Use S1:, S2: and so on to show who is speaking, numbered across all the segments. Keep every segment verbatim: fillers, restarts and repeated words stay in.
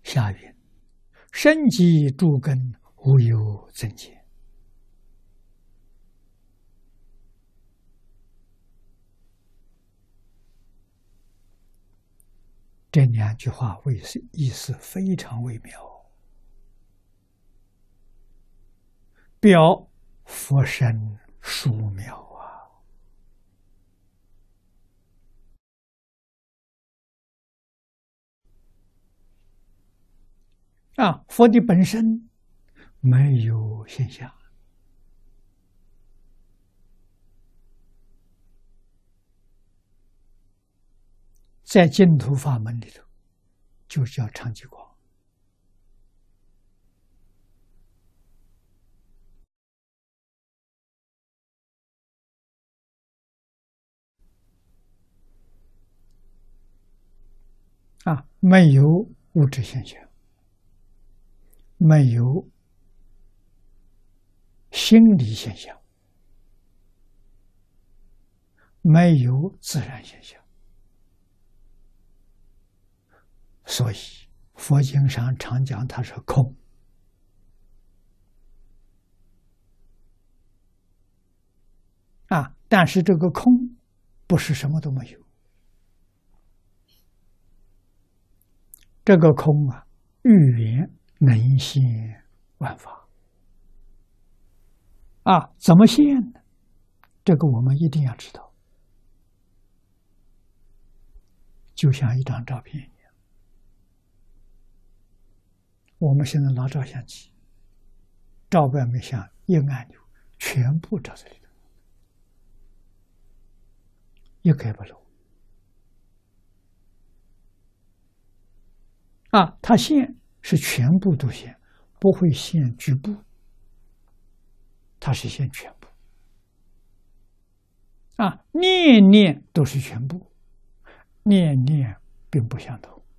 S1: 下云：身积诸根，无有增减。这两句话为意思非常微妙。表佛身殊妙啊！啊，佛的本身没有现象，在净土法门里头，就叫常寂光。啊，没有物质现象，没有心理现象，没有自然现象，所以佛经上常讲它是空。啊，但是这个空不是什么都没有。这个空啊，欲言能现万法啊，怎么现呢？这个我们一定要知道。就像一张照片一样，我们现在拿照相机，照外面像一个按钮，全部照这里头，一个也不漏。啊，它现是全部都现，不会现局部，它是现全部。啊，念念都是全部，念念并不相同。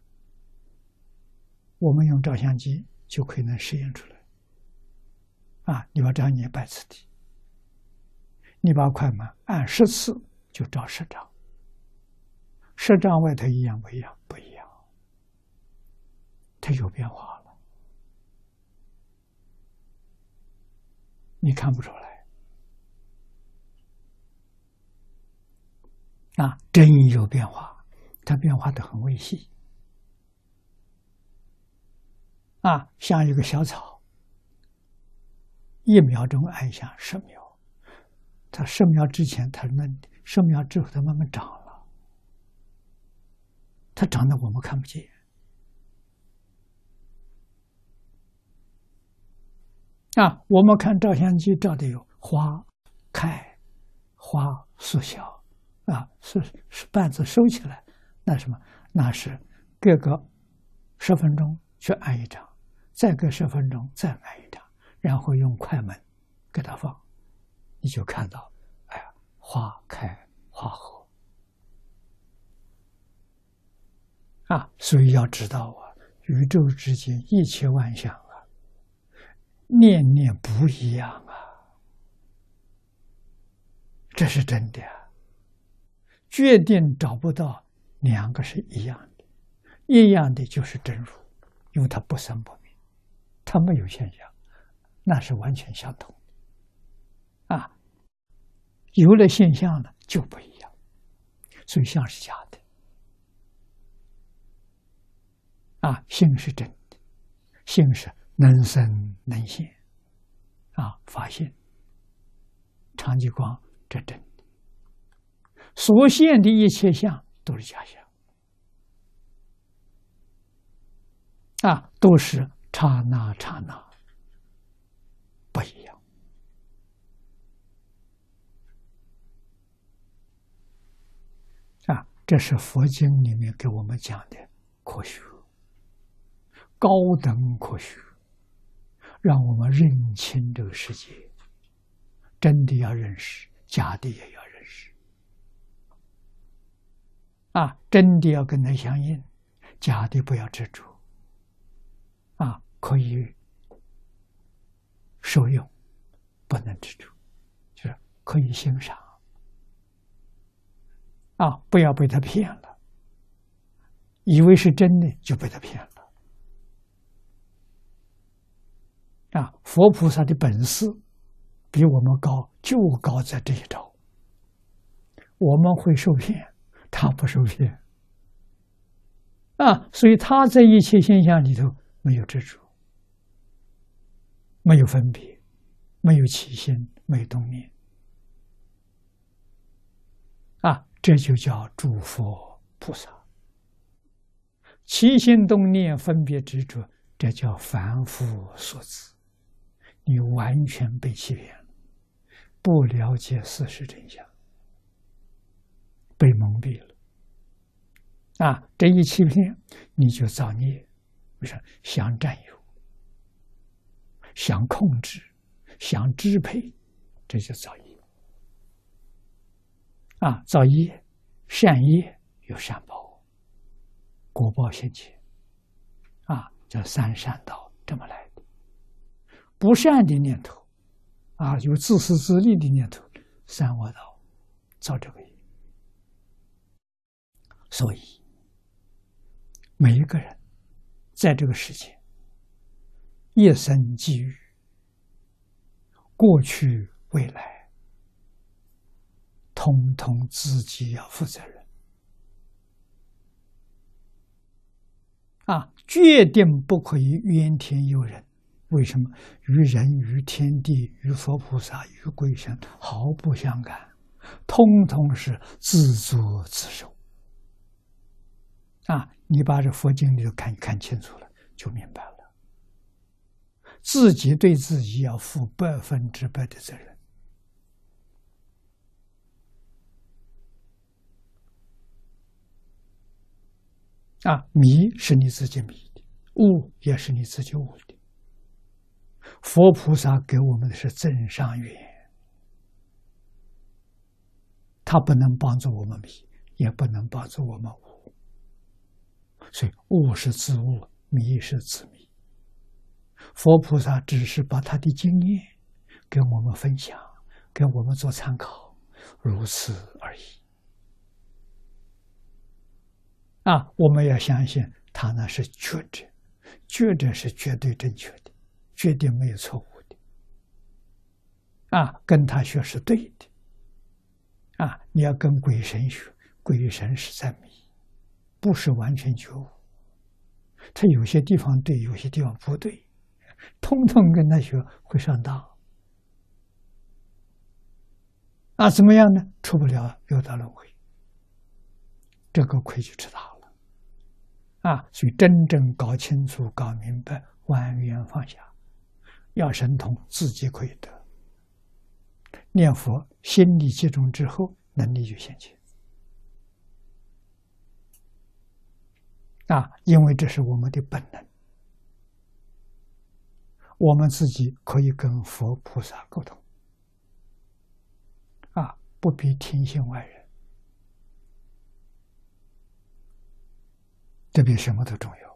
S1: 我们用照相机就可以能实验出来。啊，你把这样念百次题，你把快门按十次就照十张，十张外头一样不一样？不一样。它有变化了，你看不出来啊！真有变化，它变化的很微细啊，像一个小草，一秒钟按下十秒，它十秒之前它是嫩的，十秒之后它慢慢长了，它长得我们看不见。啊，我们看照相机照的有花开、花缩小，啊，是是瓣子收起来，那什么？那是各个十分钟去按一张，再隔十分钟再按一张，然后用快门给它放，你就看到，哎呀，花开花合。啊，所以要知道啊，宇宙之间一切万象。念念不一样啊，这是真的啊，决定找不到两个是一样的，一样的就是真如，因为它不生不灭，它没有现象，那是完全相同的啊。有了现象了就不一样，所以相是假的啊，性是真的，性是能生能现，啊，发现常寂光这真的，所现的一切相都是假象，啊，都是刹那刹那不一样。啊，这是佛经里面给我们讲的科学，高等科学。让我们认清这个世界，真的要认识，假的也要认识。啊，真的要跟它相应，假的不要执着。啊，可以受用，不能执着，就是可以欣赏。啊，不要被他骗了，以为是真的就被他骗了。 啊，佛菩萨的本事比我们高，就高在这一招。我们会受骗，他不受骗啊，所以他在一切现象里头没有执着，没有分别，没有起心，没有动念啊，这就叫诸佛菩萨。起心动念、分别执着，这叫凡夫所致。你完全被欺骗了，不了解事实真相，被蒙蔽了啊！这一欺骗，你就造孽。为啥？想占有，想控制，想支配，这就造业啊！造业，善业有善报，果报现前啊，叫三善道这么来的。不善的念头啊，有自私自利的念头，三恶道造这个业。所以每一个人在这个世界一生际遇，过去未来，统统自己要负责任啊，决定不可以怨天尤人。为什么？与人、与天地、与佛菩萨、与鬼神毫不相干，通通是自作自受啊！你把这佛经里头看看清楚了，就明白了。自己对自己要负百分之百的责任啊！迷是你自己迷的，悟也是你自己悟的。佛菩萨给我们的是增上缘，他不能帮助我们迷，也不能帮助我们悟。所以悟是自悟，迷是自迷。佛菩萨只是把他的经验跟我们分享，给我们做参考，如此而已。啊，我们要相信他那是觉者，觉者是绝对正确的，绝对没有错误的。啊，跟他学是对的。啊，你要跟鬼神学，鬼神是在迷，不是完全觉悟。他有些地方对，有些地方不对，通通跟他学会上当。啊，怎么样呢？出不了六道轮回，这个亏就吃大了。啊，所以真正搞清楚、搞明白，完全放下，要神通，自己可以得。念佛，心力集中之后，能力就现前。啊，因为这是我们的本能，我们自己可以跟佛菩萨沟通。啊，不必听信外人，这比什么都重要。